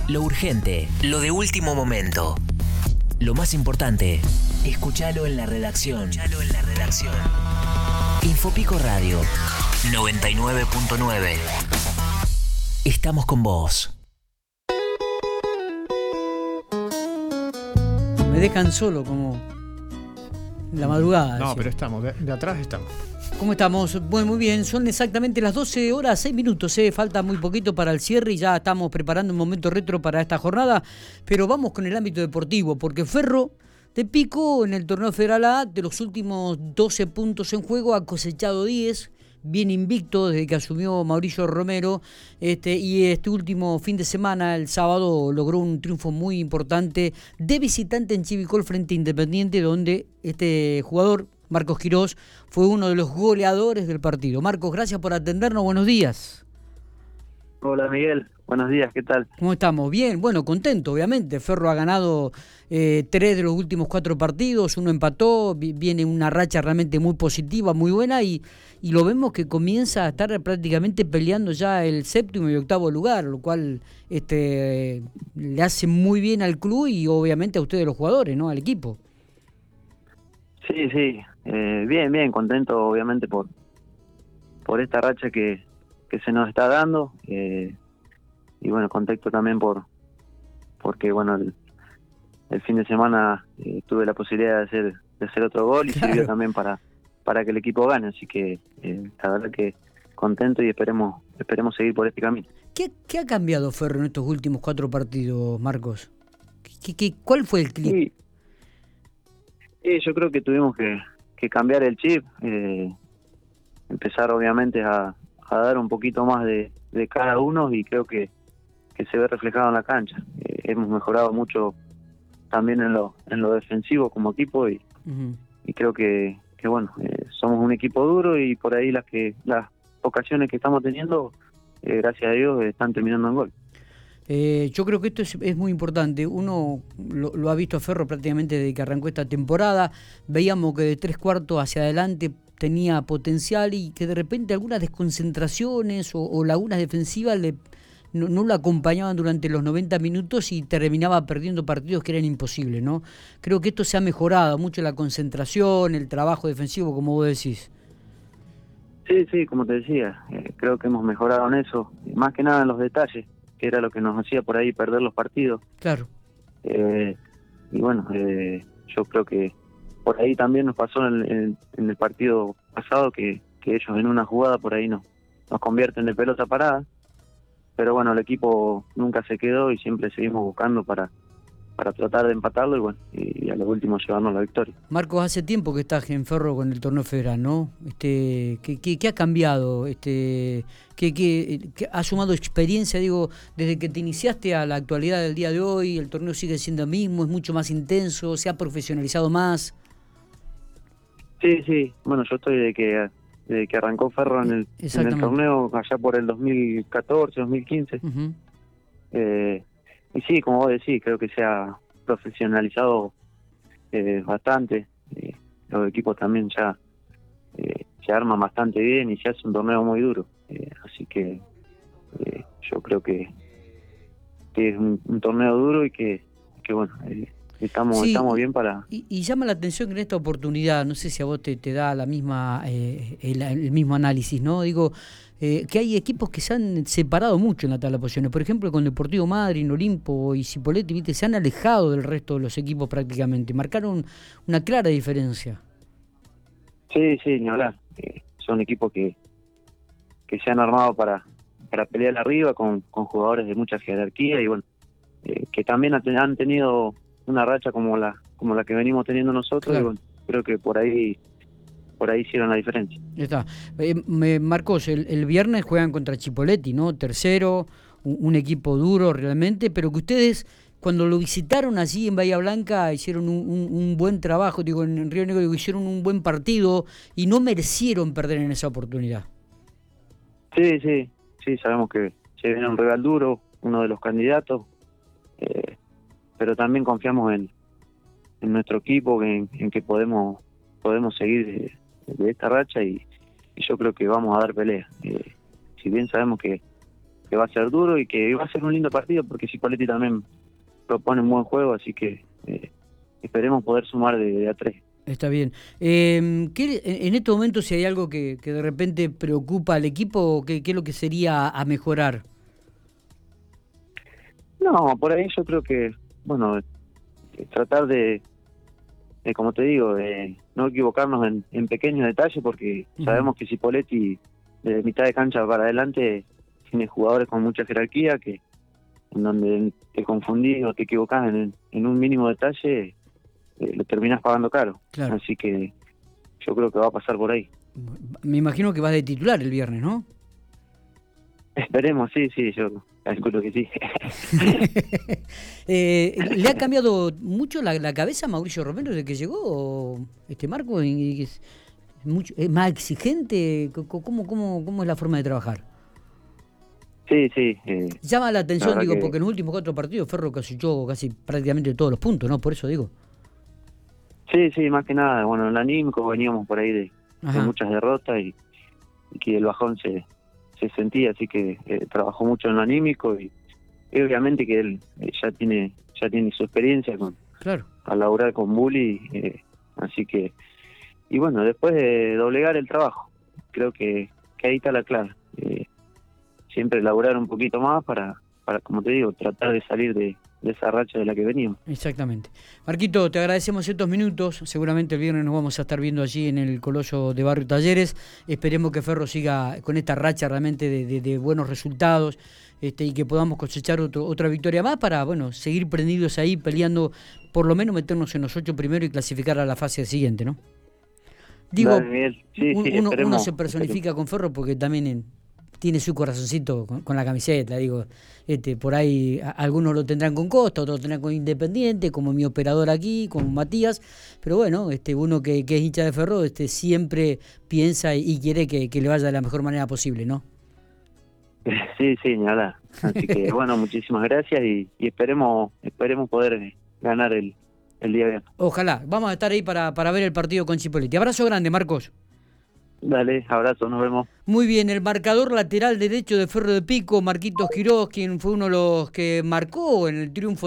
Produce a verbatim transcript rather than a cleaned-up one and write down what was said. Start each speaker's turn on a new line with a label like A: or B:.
A: Lo urgente, lo de último momento. Lo más importante, escuchalo en la redacción. Escuchalo en la redacción. Infopico Radio noventa y nueve punto nueve. Estamos con vos.
B: Me dejan solo como la madrugada.
C: No,
B: decía.
C: pero estamos, de, de atrás estamos.
B: ¿Cómo estamos? Bueno, muy bien, son exactamente las doce horas, seis minutos, ¿eh? Falta muy poquito para el cierre y ya estamos preparando un momento retro para esta jornada, pero vamos con el ámbito deportivo, porque Ferro de Pico en el torneo Federal A, de los últimos doce puntos en juego, ha cosechado diez, bien invicto desde que asumió Mauricio Romero, este, y este último fin de semana, el sábado, logró un triunfo muy importante de visitante en Chivicol frente a Independiente, donde este jugador, Marcos Quirós, fue uno de los goleadores del partido. Marcos, gracias por atendernos, buenos días.
D: Hola Miguel, buenos días, ¿qué tal?
B: ¿Cómo estamos? Bien, bueno, contento, obviamente. Ferro ha ganado eh, tres de los últimos cuatro partidos, uno empató, viene una racha realmente muy positiva, muy buena, y, y lo vemos que comienza a estar prácticamente peleando ya el séptimo y octavo lugar, lo cual este, le hace muy bien al club y obviamente a ustedes los jugadores, ¿no? Al equipo.
D: Sí, sí, eh, bien, bien, contento obviamente por por esta racha que, que se nos está dando, eh, y bueno, contento también por porque bueno, el, el fin de semana eh, tuve la posibilidad de hacer de hacer otro gol y
B: Claro.
D: sirvió también para para que el equipo gane, así que eh, la verdad que contento y esperemos esperemos seguir por este camino.
B: ¿Qué, qué ha cambiado Ferro en estos últimos cuatro partidos, Marcos? ¿Qué, qué, ¿Cuál fue el clip?
D: Sí, sí, yo creo que tuvimos que, que cambiar el chip, eh, empezar obviamente a, a dar un poquito más de, de cada uno y creo que, que se ve reflejado en la cancha. Eh, hemos mejorado mucho también en lo en lo defensivo como equipo y,
B: Uh-huh.
D: y creo que, que bueno, eh, somos un equipo duro y por ahí las que las ocasiones que estamos teniendo, eh, gracias a Dios, están terminando en gol.
B: Eh, yo creo que esto es, es muy importante. Uno lo, lo ha visto a Ferro prácticamente desde que arrancó esta temporada. Veíamos que de tres cuartos hacia adelante tenía potencial y que de repente algunas desconcentraciones o, o lagunas defensivas le, no, no lo acompañaban durante los noventa minutos y terminaba perdiendo partidos que eran imposibles, ¿no? Creo que esto se ha mejorado mucho, la concentración, el trabajo defensivo, como vos decís.
D: Sí, sí, como te decía, eh, creo que hemos mejorado en eso, más que nada en los detalles, que era lo que nos hacía por ahí perder los partidos.
B: Claro.
D: Eh, y bueno, eh, yo creo que por ahí también nos pasó en, en, en el partido pasado que, que ellos en una jugada por ahí nos, nos convierten de pelota parada, pero bueno, el equipo nunca se quedó y siempre seguimos buscando para para tratar de empatarlo y bueno, y, y a lo último llevarnos la victoria.
B: Marcos, hace tiempo que estás en Ferro con el torneo federal, ¿no? Este, ¿qué, qué, qué ha cambiado? Este, ¿qué, qué, qué ha sumado experiencia? Digo, desde que te iniciaste a la actualidad del día de hoy, el torneo sigue siendo el mismo, es mucho más intenso, se ha profesionalizado más.
D: Sí, sí, bueno, yo estoy de que desde que arrancó Ferro en el, en el torneo allá por el dos mil catorce, dos mil quince.
B: Uh-huh.
D: Eh, y sí, como vos decís, creo que se ha profesionalizado eh, bastante. Eh, los equipos también ya eh, se arman bastante bien y se hace un torneo muy duro. Eh, así que eh, yo creo que, que es un, un torneo duro y que, que bueno, eh, estamos
B: sí,
D: estamos bien para...
B: Y, y llama la atención que en esta oportunidad, no sé si a vos te, te da la misma eh, el, el mismo análisis, ¿no? Digo, eh, que hay equipos que se han separado mucho en la tabla de posiciones. Por ejemplo, con Deportivo Madryn, Olimpo y Cipolletti, ¿viste? Se han alejado del resto de los equipos prácticamente. Marcaron una clara diferencia.
D: Sí, sí, ni hablar. Eh, son equipos que, que se han armado para, para pelear arriba con, con jugadores de mucha jerarquía y bueno, eh, que también han tenido una racha como la como la que venimos teniendo nosotros. Claro. Y bueno, creo que por ahí por ahí hicieron la diferencia.
B: Ya está. Eh, me, Marcos, el, el viernes juegan contra Cipolletti, ¿no? Tercero, un, un equipo duro realmente, pero que ustedes cuando lo visitaron allí en Bahía Blanca hicieron un, un, un buen trabajo, digo, en Río Negro, digo, hicieron un buen partido y no merecieron perder en esa oportunidad.
D: Sí, sí, sí, sabemos que se viene un rival duro, uno de los candidatos, eh, pero también confiamos en, en nuestro equipo, en, en que podemos podemos seguir de, de esta racha y, y yo creo que vamos a dar pelea. Eh, si bien sabemos que, que va a ser duro y que va a ser un lindo partido porque Cipolletti también propone un buen juego, así que eh, esperemos poder sumar de, de a tres.
B: Está bien. Eh, ¿qué, en estos momentos, si hay algo que, que de repente preocupa al equipo, ¿qué, qué es lo que sería a mejorar?
D: No, por ahí yo creo que, bueno, eh, tratar de, de, como te digo, de no equivocarnos en, en pequeños detalles, porque uh-huh. sabemos que Cipolletti, de mitad de cancha para adelante, tiene jugadores con mucha jerarquía, que en donde te confundís o te equivocás en, en un mínimo detalle, eh, lo terminás pagando caro. Claro. Así que yo creo que va a pasar por ahí.
B: Me imagino que vas de titular el viernes, ¿no?
D: Esperemos, sí, sí, yo calculo que sí.
B: eh, ¿Le ha cambiado mucho la, la cabeza a Mauricio Romero desde que llegó este Marco? ¿Es, mucho, es más exigente? ¿Cómo, cómo, ¿Cómo es la forma de trabajar?
D: Sí, sí. Eh,
B: Llama la atención,
D: la
B: digo,
D: que...
B: porque en los últimos cuatro partidos Ferro cosechó casi prácticamente todos los puntos, ¿no? Por eso digo.
D: Sí, sí, más que nada. Bueno, en el anímico veníamos por ahí de, de muchas derrotas y, y que el bajón se... se sentía, así que eh, trabajó mucho en lo anímico y, y obviamente que él eh, ya tiene ya tiene su experiencia con
B: claro.
D: al laburar con Bully, eh, así que y bueno, después de doblegar el trabajo, creo que, que ahí está la clave, eh, siempre laburar un poquito más para, para como te digo, tratar de salir de, de esa racha de la que veníamos.
B: Exactamente. Marquito, te agradecemos estos minutos. Seguramente el viernes nos vamos a estar viendo allí en el Coloso de Barrio Talleres. Esperemos que Ferro siga con esta racha realmente de, de, de buenos resultados, este, y que podamos cosechar otro, otra victoria más para, bueno, seguir prendidos ahí, peleando, por lo menos meternos en los ocho primero y clasificar a la fase siguiente, ¿no? Digo,
D: Dale, sí, sí,
B: uno, uno se personifica esperemos. con Ferro porque también en, tiene su corazoncito con, con la camiseta, digo, este, por ahí a, algunos lo tendrán con Costa, otros lo tendrán con Independiente, como mi operador aquí, como Matías, pero bueno, este, uno que, que es hincha de Ferro, este, siempre piensa y, y quiere que, que le vaya de la mejor manera posible, ¿no?
D: Sí, sí, nada. Así que bueno, muchísimas gracias y, y esperemos, esperemos poder ganar el, el día de hoy.
B: Ojalá, vamos a estar ahí para, para ver el partido con Cipolletti. Abrazo grande, Marcos.
D: Dale, abrazo, nos vemos.
B: Muy bien, el marcador lateral derecho de Ferro de Pico, Marquitos Quirós, quien fue uno de los que marcó en el triunfo